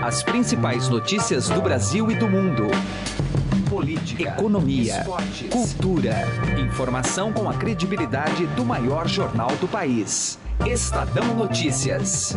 As principais notícias do Brasil e do mundo. Política, economia, esportes, cultura. Informação com a credibilidade do maior jornal do país. Estadão Notícias.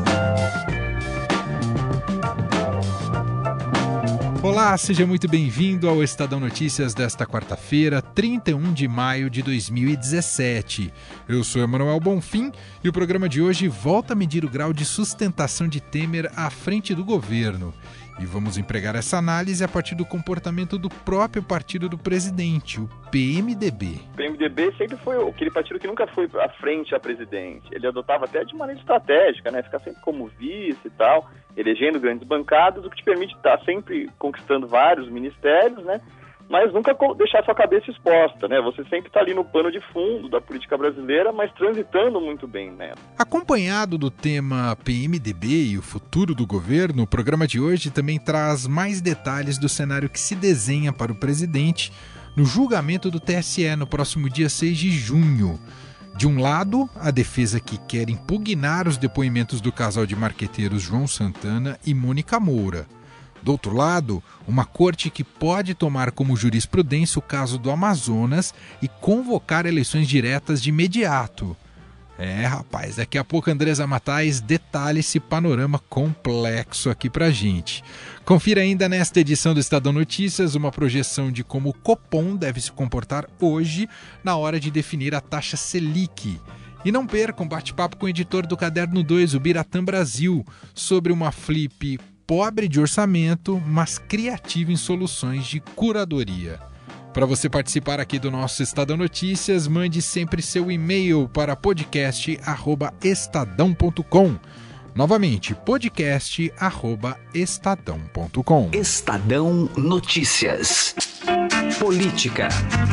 Olá, seja muito bem-vindo ao Estadão Notícias desta quarta-feira, 31 de maio de 2017. Eu sou Emanuel Bonfim e o programa de hoje volta a medir o grau de sustentação de Temer à frente do governo. E vamos empregar essa análise a partir do comportamento do próprio partido do presidente, o PMDB. O PMDB sempre foi aquele partido que nunca foi à frente a presidente. Ele adotava até de maneira estratégica, né? Ficar sempre como vice e tal, elegendo grandes bancadas, o que te permite estar sempre conquistando vários ministérios, né? Mas nunca deixar sua cabeça exposta, né? Você sempre está ali no pano de fundo da política brasileira, mas transitando muito bem nela. Acompanhado do tema PMDB e o futuro do governo, o programa de hoje também traz mais detalhes do cenário que se desenha para o presidente no julgamento do TSE no próximo dia 6 de junho. De um lado, a defesa que quer impugnar os depoimentos do casal de marqueteiros João Santana e Mônica Moura. Do outro lado, uma corte que pode tomar como jurisprudência o caso do Amazonas e convocar eleições diretas de imediato. Rapaz, daqui a pouco Andresa Matais detalha esse panorama complexo aqui pra gente. Confira ainda nesta edição do Estadão Notícias uma projeção de como o Copom deve se comportar hoje na hora de definir a taxa Selic. E não perca um bate-papo com o editor do Caderno 2, o Biratã Brasil, sobre uma flip pobre de orçamento, mas criativa em soluções de curadoria. Para você participar aqui do nosso Estadão Notícias, mande sempre seu e-mail para podcast@estadão.com. Novamente, podcast@estadão.com. Estadão Notícias. Política.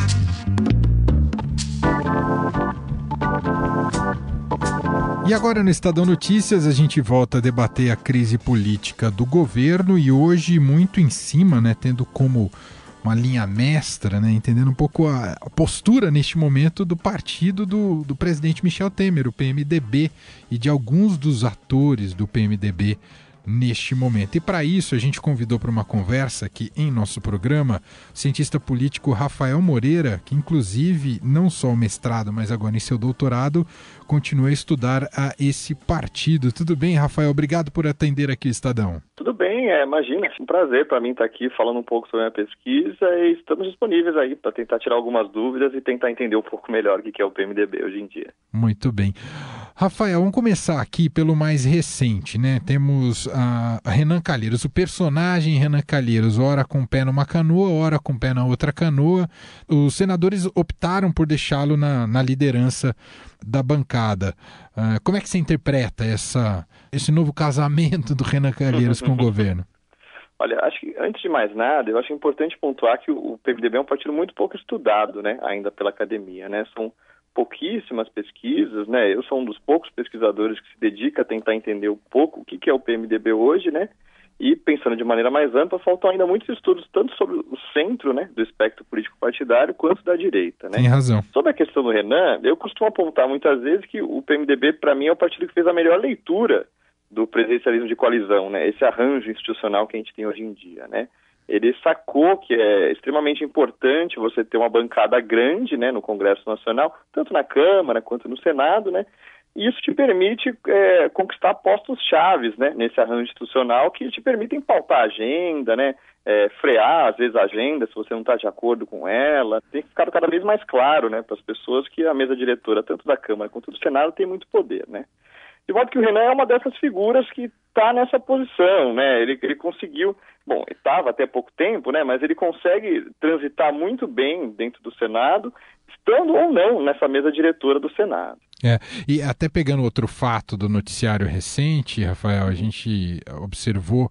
E agora no Estadão Notícias a gente volta a debater a crise política do governo e hoje muito em cima, né, tendo como uma linha mestra, né, entendendo um pouco a postura neste momento do partido do presidente Michel Temer, o PMDB, e de alguns dos atores do PMDB neste momento. E para isso a gente convidou para uma conversa aqui em nosso programa o cientista político Rafael Moreira, que inclusive não só o mestrado, mas agora em seu doutorado, continua a estudar esse partido. Tudo bem, Rafael? Obrigado por atender aqui o Estadão. Tudo bem, imagina, é um prazer para mim estar aqui falando um pouco sobre a minha pesquisa e estamos disponíveis aí para tentar tirar algumas dúvidas e tentar entender um pouco melhor o que é o PMDB hoje em dia. Muito bem. Rafael, vamos começar aqui pelo mais recente, né? Temos a Renan Calheiros, o personagem Renan Calheiros, ora com o pé numa canoa, ora com o pé na outra canoa. Os senadores optaram por deixá-lo na liderança da bancada. Como é que você interpreta esse novo casamento do Renan Calheiros com o governo? Olha, acho que antes de mais nada, eu acho importante pontuar que o PMDB é um partido muito pouco estudado, né, ainda pela academia, né? São pouquíssimas pesquisas, né? Eu sou um dos poucos pesquisadores que se dedica a tentar entender um pouco o que é o PMDB hoje, né? E pensando de maneira mais ampla, faltam ainda muitos estudos tanto sobre o centro, né, do espectro político partidário quanto da direita, né? Tem razão. Sobre a questão do Renan, eu costumo apontar muitas vezes que o PMDB, para mim, é o partido que fez a melhor leitura do presidencialismo de coalizão, né? Esse arranjo institucional que a gente tem hoje em dia, né? Ele sacou que é extremamente importante você ter uma bancada grande, né, no Congresso Nacional, tanto na Câmara quanto no Senado, né? E isso te permite conquistar postos chaves, né, nesse arranjo institucional que te permitem pautar a agenda, né, frear, às vezes, a agenda se você não está de acordo com ela. Tem que ficar cada vez mais claro, né, para as pessoas que a mesa diretora, tanto da Câmara quanto do Senado, tem muito poder, né. De modo que o Renan é uma dessas figuras que está nessa posição, né, ele conseguiu, bom, estava até pouco tempo, né, mas ele consegue transitar muito bem dentro do Senado, estando ou não nessa mesa diretora do Senado. E até pegando outro fato do noticiário recente, Rafael, a gente observou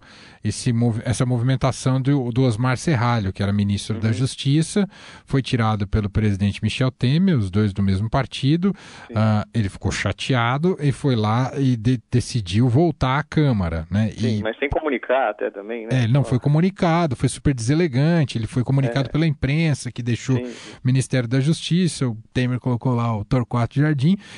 essa movimentação do Osmar Serralho, que era ministro da Justiça, foi tirado pelo presidente Michel Temer, os dois do mesmo partido, ele ficou chateado e foi lá e decidiu voltar à Câmara, né? Sim, mas sem comunicar até também, né? Ele não foi comunicado, foi super deselegante, ele foi comunicado pela imprensa, que deixou o Ministério da Justiça, o Temer colocou lá o Torquato Jardim,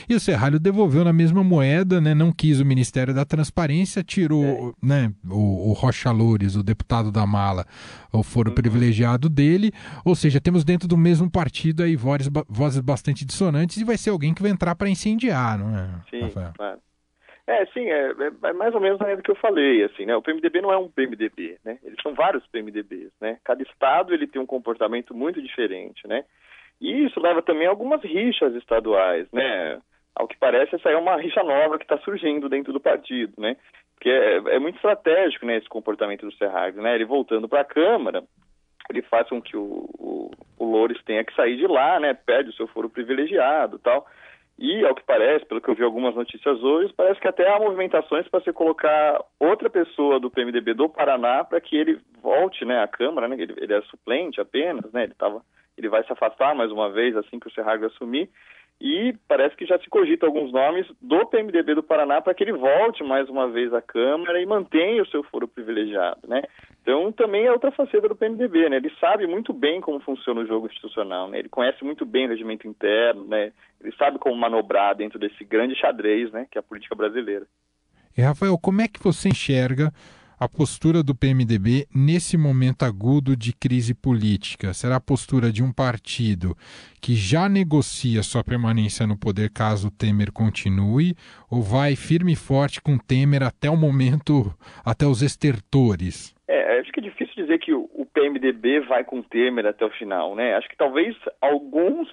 E o Serralho devolveu na mesma moeda, né? Não quis o Ministério da Transparência, tirou né, o Rocha Loures, o deputado da mala, o foro privilegiado dele. Ou seja, temos dentro do mesmo partido aí vozes bastante dissonantes e vai ser alguém que vai entrar para incendiar, não é, Rafael? Sim, claro. Sim, é mais ou menos a que eu falei, assim, né? O PMDB não é um PMDB, né? Eles são vários PMDBs, né? Cada estado ele tem um comportamento muito diferente, né? E isso leva também a algumas rixas estaduais, né? Ao que parece, essa é uma rixa nova que está surgindo dentro do partido, né? Porque é muito estratégico, né, esse comportamento do Serralho, né? Ele voltando para a Câmara, ele faz com que o Loures tenha que sair de lá, né? Perde o seu foro privilegiado e tal. E, ao que parece, pelo que eu vi algumas notícias hoje, parece que até há movimentações para se colocar outra pessoa do PMDB do Paraná para que ele volte, né, à Câmara, né? Ele é suplente apenas, né? Ele vai se afastar mais uma vez assim que o Serralho assumir. E parece que já se cogita alguns nomes do PMDB do Paraná para que ele volte mais uma vez à Câmara e mantenha o seu foro privilegiado, né? Então, também é outra faceta do PMDB, né? Ele sabe muito bem como funciona o jogo institucional, né? Ele conhece muito bem o regimento interno, né? Ele sabe como manobrar dentro desse grande xadrez, né? Que é a política brasileira. E, Rafael, como é que você enxerga a postura do PMDB nesse momento agudo de crise política? Será a postura de um partido que já negocia sua permanência no poder caso o Temer continue, ou vai firme e forte com Temer até o momento, até os estertores? Acho que é difícil dizer que o PMDB vai com Temer até o final, né? Acho que talvez alguns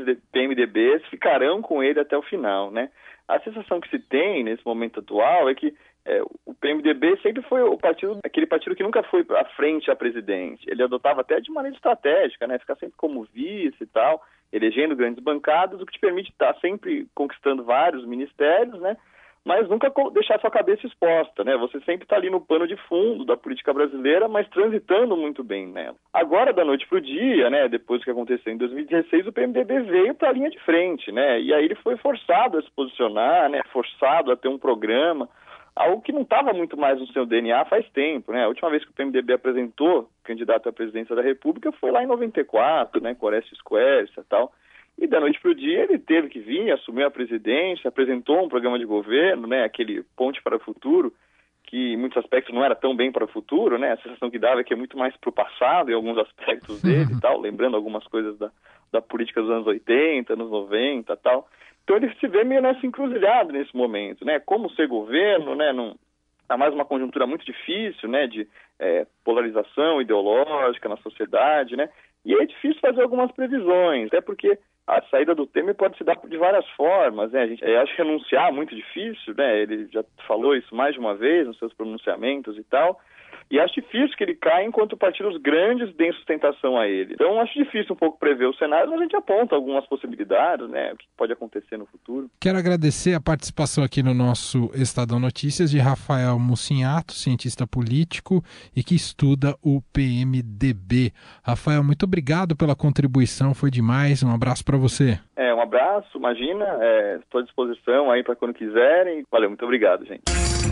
PMDBs ficarão com ele até o final, né? A sensação que se tem nesse momento atual é que o PMDB sempre foi aquele partido que nunca foi à frente a presidente. Ele adotava até de maneira estratégica, né? Ficar sempre como vice e tal, elegendo grandes bancadas, o que te permite estar sempre conquistando vários ministérios, né? Mas nunca deixar sua cabeça exposta, né? Você sempre está ali no pano de fundo da política brasileira, mas transitando muito bem nela. Agora, da noite para o dia, né? Depois do que aconteceu em 2016, o PMDB veio para a linha de frente, né? E aí ele foi forçado a se posicionar, né? Forçado a ter um programa, algo que não estava muito mais no seu DNA faz tempo, né? A última vez que o PMDB apresentou candidato à presidência da República foi lá em 94, né? Com Orestes Quercia e tal. E da noite para o dia ele teve que vir, assumiu a presidência, apresentou um programa de governo, né, aquele Ponte para o Futuro, que em muitos aspectos não era tão bem para o futuro, né, a sensação que dava é que é muito mais para o passado em alguns aspectos dele e tal, lembrando algumas coisas da política dos anos 80, anos 90 e tal. Então ele se vê meio nessa encruzilhada nesse momento, né, como ser governo, né, há mais uma conjuntura muito difícil, né, de polarização ideológica na sociedade, né, e é difícil fazer algumas previsões, até porque a saída do Temer pode se dar de várias formas, né? A gente acha que renunciar é muito difícil, né? Ele já falou isso mais de uma vez nos seus pronunciamentos e tal. E acho difícil que ele caia enquanto partidos grandes deem sustentação a ele. Então acho difícil um pouco prever o cenário, mas a gente aponta algumas possibilidades, né? O que pode acontecer no futuro. Quero agradecer a participação aqui no nosso Estadão Notícias de Rafael Mussinhato, cientista político e que estuda o PMDB. Rafael, muito obrigado pela contribuição, foi demais. Um abraço para você. Um abraço, imagina. Estou à disposição aí para quando quiserem. Valeu, muito obrigado, gente.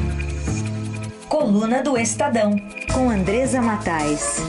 Coluna do Estadão, com Andresa Matais.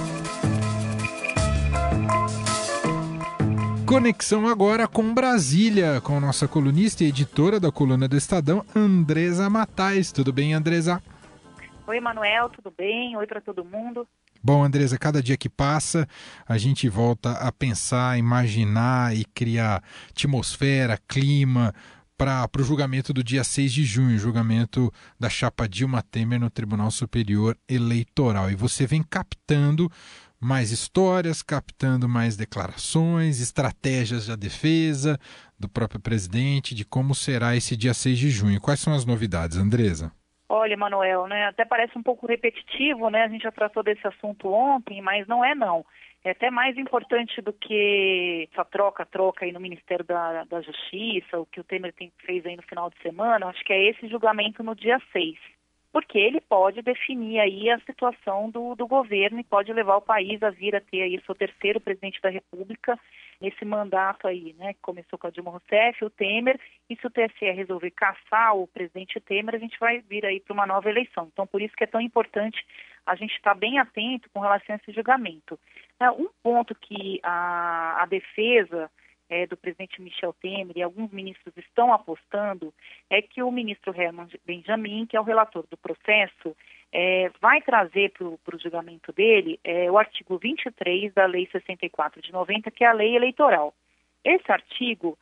Conexão agora com Brasília, com a nossa colunista e editora da Coluna do Estadão, Andresa Matais. Tudo bem, Andresa? Oi, Manuel, tudo bem? Oi para todo mundo. Bom, Andresa, cada dia que passa, a gente volta a pensar, imaginar e criar atmosfera, clima, para o julgamento do dia 6 de junho, julgamento da chapa Dilma Temer no Tribunal Superior Eleitoral. E você vem captando mais histórias, captando mais declarações, estratégias da defesa do próprio presidente, de como será esse dia 6 de junho. Quais são as novidades, Andresa? Olha, Manuel, né, até parece um pouco repetitivo, né? A gente já tratou desse assunto ontem, mas não é não. É até mais importante do que essa troca aí no Ministério da Justiça, o que o Temer fez aí no final de semana, acho que é esse julgamento no dia 6. Porque ele pode definir aí a situação do governo e pode levar o país a vir a ter aí seu terceiro presidente da República nesse mandato aí, né, que começou com a Dilma Rousseff, o Temer, e se o TSE resolver caçar o presidente Temer, a gente vai vir aí para uma nova eleição. Então, por isso que é tão importante a gente estar bem atento com relação a esse julgamento. Um ponto que a defesa do presidente Michel Temer, e alguns ministros estão apostando, é que o ministro Herman Benjamin, que é o relator do processo, vai trazer para o julgamento dele o artigo 23 da Lei 64 de 90, que é a lei eleitoral. Esse artigo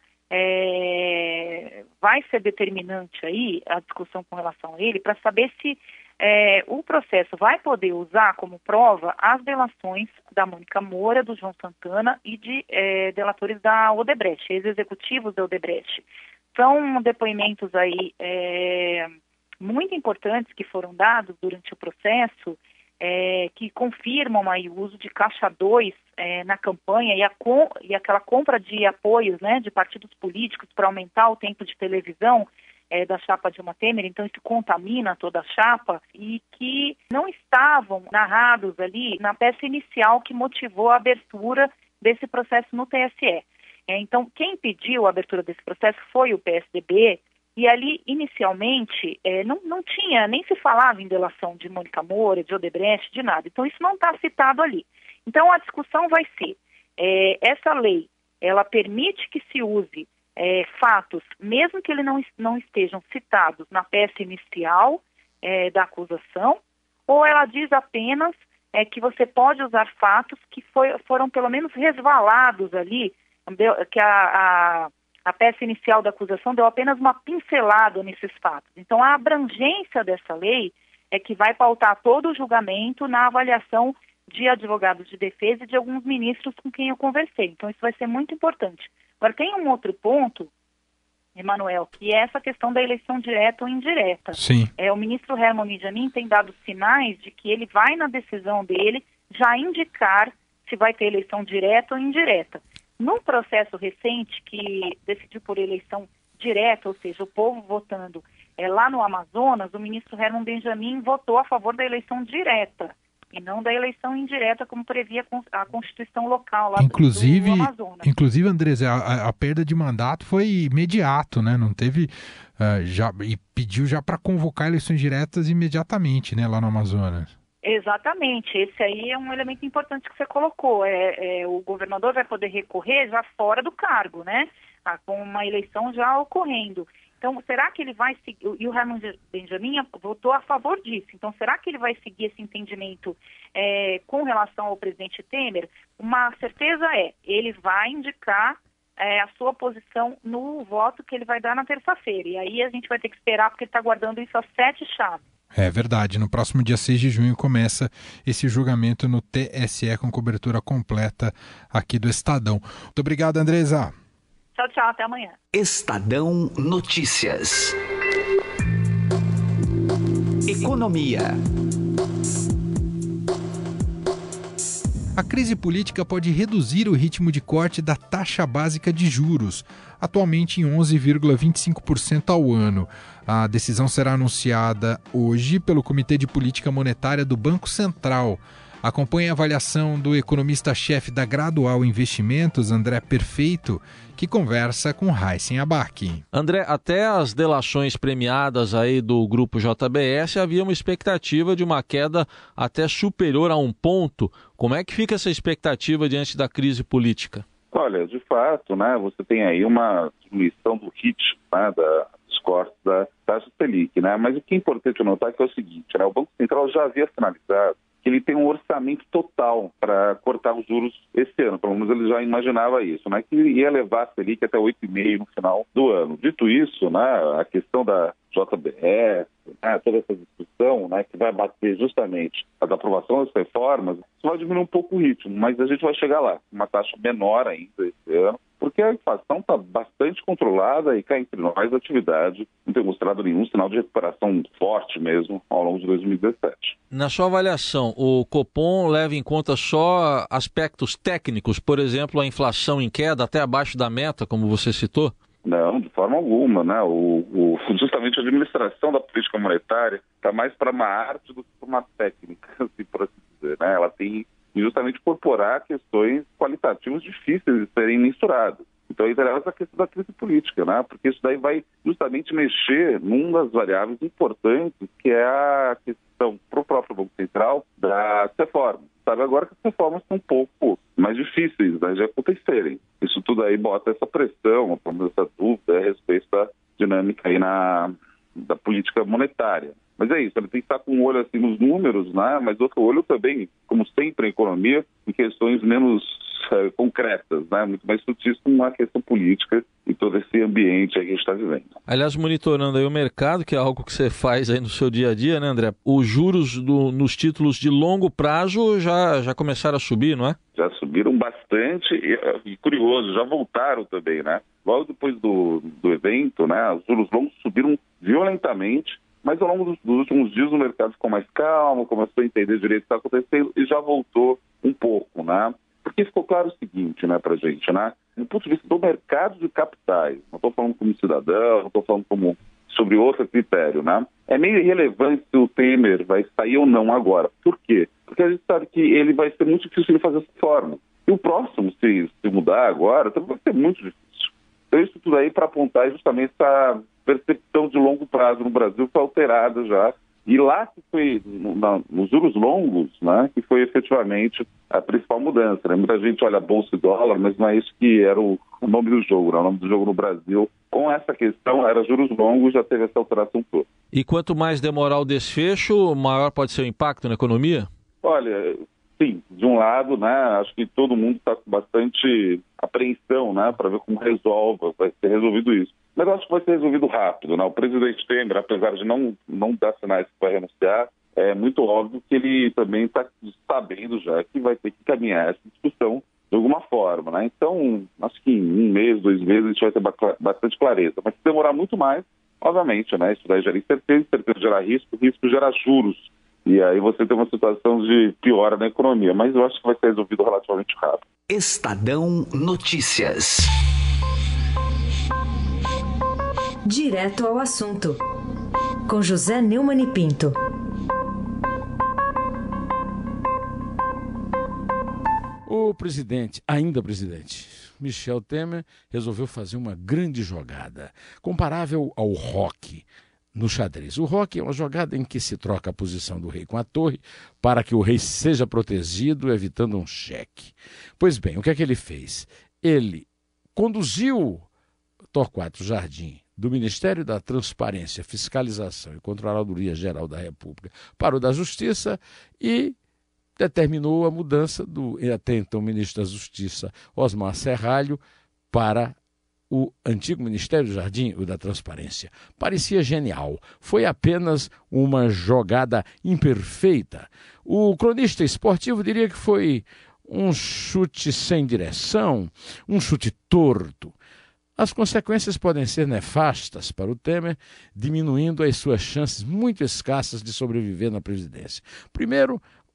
vai ser determinante aí, a discussão com relação a ele, para saber se o processo vai poder usar como prova as delações da Mônica Moura, do João Santana e de delatores da Odebrecht, ex-executivos da Odebrecht. São depoimentos aí muito importantes que foram dados durante o processo, que confirmam aí o uso de caixa 2 na campanha e aquela compra de apoios, né, de partidos políticos para aumentar o tempo de televisão da chapa Dilma Temer. Então isso contamina toda a chapa, e que não estavam narrados ali na peça inicial que motivou a abertura desse processo no TSE. Então quem pediu a abertura desse processo foi o PSDB, e ali inicialmente não tinha, nem se falava em delação de Mônica Moura, de Odebrecht, de nada. Então isso não está citado ali. Então a discussão vai ser, essa lei, ela permite que se use fatos, mesmo que eles não estejam citados na peça inicial da acusação, ou ela diz apenas que você pode usar fatos que foram pelo menos resvalados ali, que a peça inicial da acusação deu apenas uma pincelada nesses fatos. Então a abrangência dessa lei é que vai pautar todo o julgamento na avaliação de advogados de defesa e de alguns ministros com quem eu conversei. Então isso vai ser muito importante. Agora, tem um outro ponto, Emanuel, que é essa questão da eleição direta ou indireta. Sim. O ministro Herman Benjamin tem dado sinais de que ele vai, na decisão dele, já indicar se vai ter eleição direta ou indireta. Num processo recente que decidiu por eleição direta, ou seja, o povo votando lá no Amazonas, o ministro Herman Benjamin votou a favor da eleição direta e não da eleição indireta, como previa a Constituição local lá do Amazonas. Inclusive, Andresa, a perda de mandato foi imediato, né? Não teve e pediu já para convocar eleições diretas imediatamente, né, lá no Amazonas. Exatamente, esse aí é um elemento importante que você colocou. O governador vai poder recorrer já fora do cargo, né? Com uma eleição já ocorrendo. Então, será que ele vai seguir? E o Herman Benjamin votou a favor disso. Então, será que ele vai seguir esse entendimento com relação ao presidente Temer? Uma certeza ele vai indicar a sua posição no voto que ele vai dar na terça-feira. E aí a gente vai ter que esperar, porque ele está aguardando isso às 7 chaves. É verdade. No próximo dia 6 de junho começa esse julgamento no TSE com cobertura completa aqui do Estadão. Muito obrigado, Andresa. Tchau, tchau. Até amanhã. Estadão Notícias. Economia. A crise política pode reduzir o ritmo de corte da taxa básica de juros, atualmente em 11,25% ao ano. A decisão será anunciada hoje pelo Comitê de Política Monetária do Banco Central. Acompanhe a avaliação do economista-chefe da Gradual Investimentos, André Perfeito, que conversa com Raíssen Abac. André, até as delações premiadas aí do grupo JBS havia uma expectativa de uma queda até superior a 1 ponto. Como é que fica essa expectativa diante da crise política? Olha, de fato, né, você tem aí uma diminuição do ritmo, né, dos cortes da taxa Selic, né? Mas o que é importante notar é que é o seguinte, né, o Banco Central já havia sinalizado que ele tem um orçamento total para cortar os juros esse ano, pelo menos ele já imaginava isso, né, que ia levar a Selic até 8,5% no final do ano. Dito isso, né, a questão da JBS, né, toda essa discussão, né, que vai bater justamente a da aprovação das reformas, isso vai diminuir um pouco o ritmo, mas a gente vai chegar lá, uma taxa menor ainda esse ano, porque a inflação está bastante controlada e cá entre nós a atividade não tem mostrado nenhum sinal de recuperação forte mesmo ao longo de 2017. Na sua avaliação, o Copom leva em conta só aspectos técnicos, por exemplo, a inflação em queda até abaixo da meta, como você citou? Não, de forma alguma, né? Justamente a administração da política monetária está mais para uma arte do que para uma técnica, assim, por assim dizer, né? Ela tem justamente incorporar questões qualitativas difíceis de serem mensuradas. Então, interessa a questão da crise política, né? Porque isso daí vai justamente mexer numa das variáveis importantes, que é a questão para o próprio Banco Central das reformas. Sabe agora que as reformas são um pouco mais difíceis, né, de acontecerem. Isso tudo aí bota essa pressão, essa dúvida a respeito da dinâmica aí da política monetária. Mas é isso, ele tem que estar com um olho assim nos números, né? Mas outro olho também, como sempre em economia, em questões menos concretas, né? Muito mais sutis como a questão política e todo esse ambiente aí que a gente está vivendo. Aliás, monitorando aí o mercado, que é algo que você faz aí no seu dia a dia, né, André? Os juros nos títulos de longo prazo já começaram a subir, não é? Já subiram bastante e curioso, já voltaram também, né? Logo depois do evento, né? Os juros longos subiram violentamente, mas ao longo dos últimos dias o mercado ficou mais calmo, começou a entender direito o que está acontecendo e já voltou um pouco, né? Porque ficou claro o seguinte, né, pra gente, né? Do ponto de vista do mercado de capitais, não estou falando como cidadão, não estou falando como sobre outro critério, né? É meio irrelevante se o Temer vai sair ou não agora. Por quê? Porque a gente sabe que ele vai ser muito difícil de fazer essa forma. E o próximo, se mudar agora, também vai ser muito difícil. Então isso tudo aí para apontar justamente essa percepção de longo prazo no Brasil foi alterada já. E lá que foi, nos juros longos, né, que foi efetivamente a principal mudança. Né? Muita gente olha bolsa e dólar, mas não é isso que era o nome do jogo. Né? O nome do jogo no Brasil, com essa questão, era juros longos, já teve essa alteração toda. E quanto mais demorar o desfecho, maior pode ser o impacto na economia? Olha, sim, de um lado, né, acho que todo mundo está com bastante apreensão, né, para ver como vai ser resolvido isso. Mas eu acho que vai ser resolvido rápido, né? O presidente Temer, apesar de não dar sinais que vai renunciar, é muito óbvio que ele também está sabendo já que vai ter que caminhar essa discussão de alguma forma, né? Então, acho que em 1 mês, 2 meses, a gente vai ter bastante clareza. Mas se demorar muito mais, obviamente, né? Isso daí gera incerteza gera risco gera juros. E aí você tem uma situação de piora na economia. Mas eu acho que vai ser resolvido relativamente rápido. Estadão Notícias. Direto ao assunto, com José Neumann e Pinto. O presidente, ainda presidente, Michel Temer, resolveu fazer uma grande jogada, comparável ao rock no xadrez. O rock é uma jogada em que se troca a posição do rei com a torre para que o rei seja protegido, evitando um cheque. Pois bem, o que é que ele fez? Ele conduziu Torquato Jardim do Ministério da Transparência, Fiscalização e Controladoria Geral da República para o da Justiça e determinou a mudança do até então ministro da Justiça, Osmar Serralho, para o antigo Ministério do Jardim, o da Transparência. Parecia genial. Foi apenas uma jogada imperfeita. O cronista esportivo diria que foi um chute sem direção, um chute torto. As consequências podem ser nefastas para o Temer, diminuindo as suas chances muito escassas de sobreviver na presidência. Primeiro,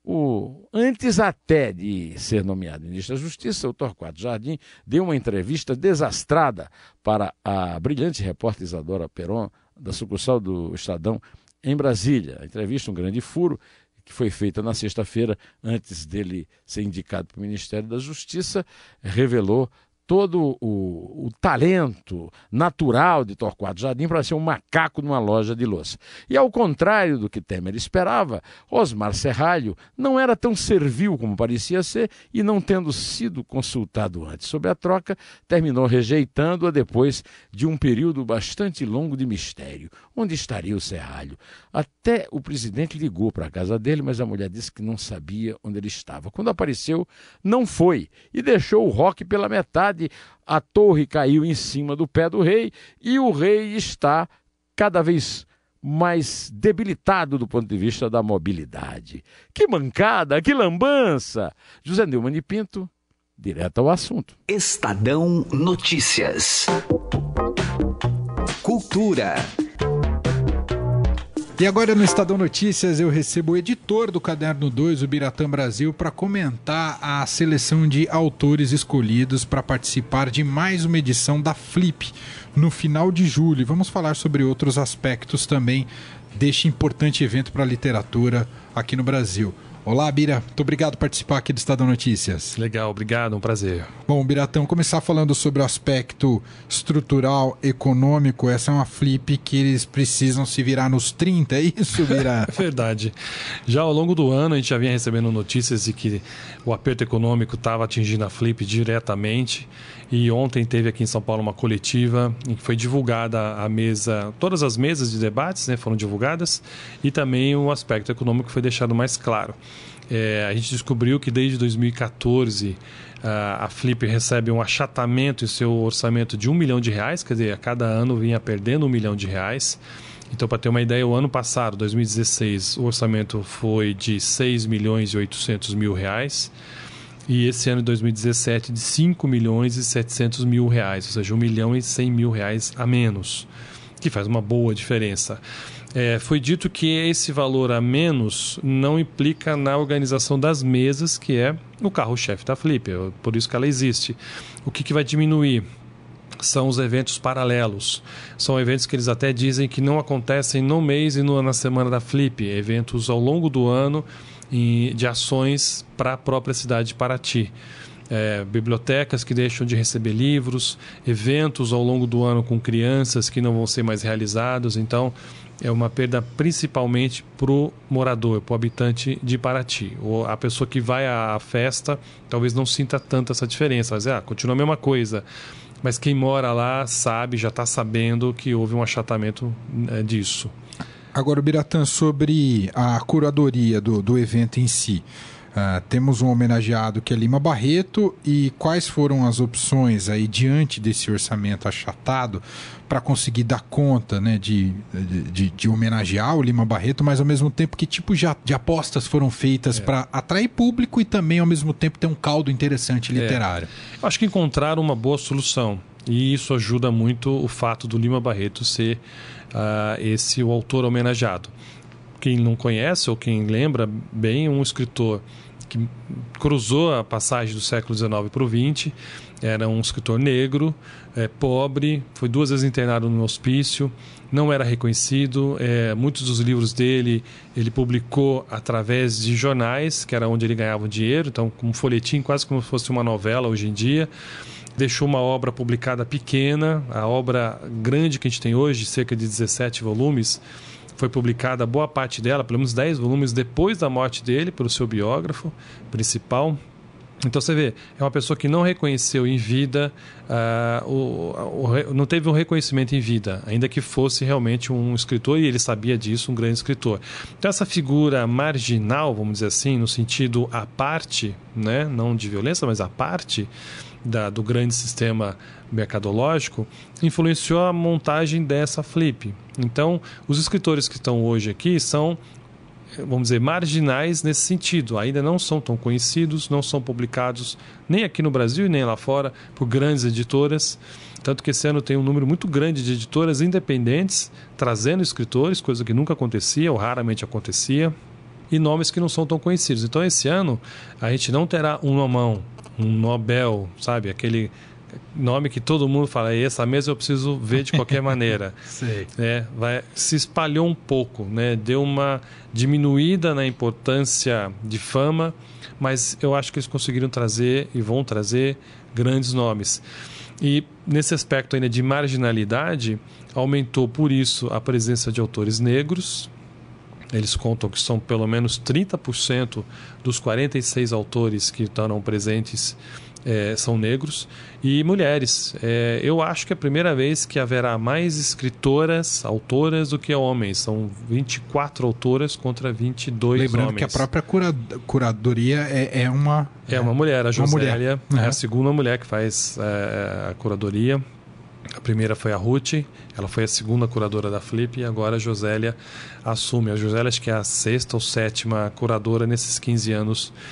antes até de ser nomeado ministro da Justiça, o Torquato Jardim deu uma entrevista desastrada para a brilhante repórter Isadora Peron, da sucursal do Estadão, em Brasília. A entrevista, um grande furo, que foi feita na sexta-feira, antes dele ser indicado para o Ministério da Justiça, revelou todo o talento natural de Torquato Jardim para ser um macaco numa loja de louça. E ao contrário do que Temer esperava, Osmar Serralho não era tão servil como parecia ser e, não tendo sido consultado antes sobre a troca, terminou rejeitando-a depois de um período bastante longo de mistério. Onde estaria o Serralho? Até o presidente ligou para a casa dele, mas a mulher disse que não sabia onde ele estava. Quando apareceu, não foi e deixou o rock pela metade. A torre caiu em cima do pé do rei e o rei está cada vez mais debilitado do ponto de vista da mobilidade. Que mancada, que lambança! José Neumann e Pinto, direto ao assunto. Estadão Notícias. Cultura. E agora no Estadão Notícias eu recebo o editor do Caderno 2, o Biratã Brasil, para comentar a seleção de autores escolhidos para participar de mais uma edição da Flip no final de julho. E vamos falar sobre outros aspectos também deste importante evento para a literatura aqui no Brasil. Olá, Bira. Muito obrigado por participar aqui do Estadão Notícias. Legal, obrigado, um prazer. Bom, Biratão, começar falando sobre o aspecto estrutural, econômico. Essa é uma flip que eles precisam se virar nos 30, é isso, Bira? Verdade. Já ao longo do ano, a gente já vinha recebendo notícias de que o aperto econômico estava atingindo a flip diretamente. E ontem teve aqui em São Paulo uma coletiva em que foi divulgada a mesa, todas as mesas de debates, né, foram divulgadas, e também o aspecto econômico foi deixado mais claro. A gente descobriu que desde 2014 a Flip recebe um achatamento em seu orçamento de R$1 milhão, quer dizer, a cada ano vinha perdendo R$1 milhão. Então, para ter uma ideia, o ano passado, 2016, o orçamento foi de R$6.800.000. E esse ano de 2017 de R$5.700.000, ou seja, R$1.100.000 a menos, que faz uma boa diferença. Foi dito que esse valor a menos não implica na organização das mesas, que é o carro-chefe da Flip, por isso que ela existe. O que vai diminuir são os eventos paralelos. São eventos que eles até dizem que não acontecem no mês e na semana da Flip, eventos ao longo do ano de ações para a própria cidade de Paraty. Bibliotecas que deixam de receber livros, eventos ao longo do ano com crianças que não vão ser mais realizados. Então, é uma perda principalmente para o morador, para o habitante de Paraty. A pessoa que vai à festa talvez não sinta tanto essa diferença, mas continua a mesma coisa. Mas quem mora lá sabe, já está sabendo que houve um achatamento disso. Agora, Biratã, sobre a curadoria do evento em si. Temos um homenageado que é Lima Barreto, e quais foram as opções aí diante desse orçamento achatado para conseguir dar conta, né, de homenagear o Lima Barreto, mas ao mesmo tempo que tipo de apostas foram feitas para atrair público e também ao mesmo tempo ter um caldo interessante literário? Acho que encontraram uma boa solução, e isso ajuda muito o fato do Lima Barreto ser o autor homenageado. Quem não conhece ou quem lembra bem, um escritor que cruzou a passagem do século XIX para o XX, era um escritor negro, pobre, foi 2 vezes internado no hospício, não era reconhecido. Muitos dos livros dele ele publicou através de jornais, que era onde ele ganhava dinheiro, então como folhetim, quase como se fosse uma novela hoje em dia. Deixou uma obra publicada pequena, a obra grande que a gente tem hoje, cerca de 17 volumes, foi publicada boa parte dela, pelo menos 10 volumes depois da morte dele, pelo seu biógrafo principal. Então você vê, é uma pessoa que não reconheceu em vida, não teve um reconhecimento em vida, ainda que fosse realmente um escritor, e ele sabia disso, um grande escritor. Então essa figura marginal, vamos dizer assim, no sentido à parte, né, não de violência, mas à parte do grande sistema mercadológico, influenciou a montagem dessa Flip. Então, os escritores que estão hoje aqui são, vamos dizer, marginais nesse sentido. Ainda não são tão conhecidos, não são publicados nem aqui no Brasil e nem lá fora por grandes editoras. Tanto que esse ano tem um número muito grande de editoras independentes trazendo escritores, coisa que nunca acontecia ou raramente acontecia, e nomes que não são tão conhecidos. Então, esse ano, a gente não terá um nomão, um Nobel, sabe? Aquele nome que todo mundo fala, essa mesa eu preciso ver de qualquer maneira. Sei. Se espalhou um pouco, né? Deu uma diminuída na importância de fama, mas eu acho que eles conseguiram trazer e vão trazer grandes nomes. E nesse aspecto ainda de marginalidade, aumentou por isso a presença de autores negros. Eles contam que são pelo menos 30% dos 46 autores que estarão presentes são negros, e mulheres. Eu acho que é a primeira vez que haverá mais escritoras, autoras, do que homens. São 24 autoras contra 22 Lembrando homens. que a própria curadoria é uma... É uma mulher, a Josélia é a segunda mulher que faz a curadoria. A primeira foi a Ruth, ela foi a segunda curadora da Flip, e agora a Josélia assume. A Josélia acho que é a 6ª ou 7ª curadora nesses 15 anos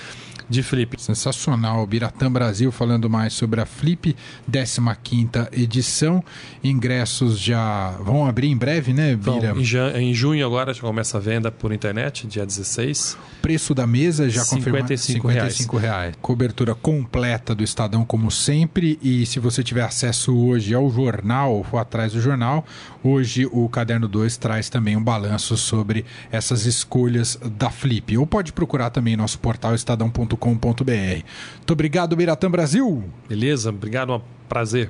de Flip. Sensacional. Biratã Brasil falando mais sobre a Flip, 15ª edição. Ingressos já vão abrir em breve, né, Bira? Em junho agora já começa a venda por internet, dia 16. Preço da mesa já confirmado, R$55. Cobertura completa do Estadão, como sempre. E se você tiver acesso hoje ao jornal, ou for atrás do jornal, hoje o Caderno 2 traz também um balanço sobre essas escolhas da Flip. Ou pode procurar também nosso portal estadão.com.br. Muito obrigado, Biratã Brasil. Beleza, obrigado, um prazer.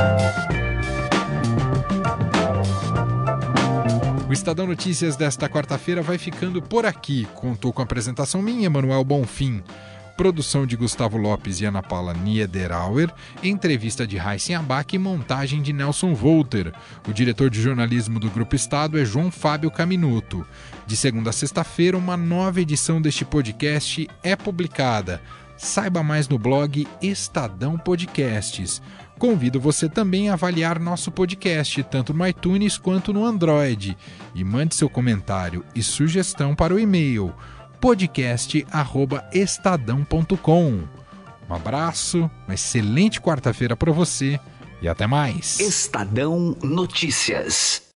O Estadão Notícias desta quarta-feira vai ficando por aqui. Contou com a apresentação minha, Manuel Bonfim, produção de Gustavo Lopes e Ana Paula Niederauer, entrevista de Raíssen Abac e montagem de Nelson Volter. O diretor de jornalismo do Grupo Estado é João Fábio Caminuto. De segunda a sexta-feira, uma nova edição deste podcast é publicada. Saiba mais no blog Estadão Podcasts. Convido você também a avaliar nosso podcast, tanto no iTunes quanto no Android. E mande seu comentário e sugestão para o e-mail podcast@estadão.com. Um abraço, uma excelente quarta-feira para você e até mais. Estadão Notícias.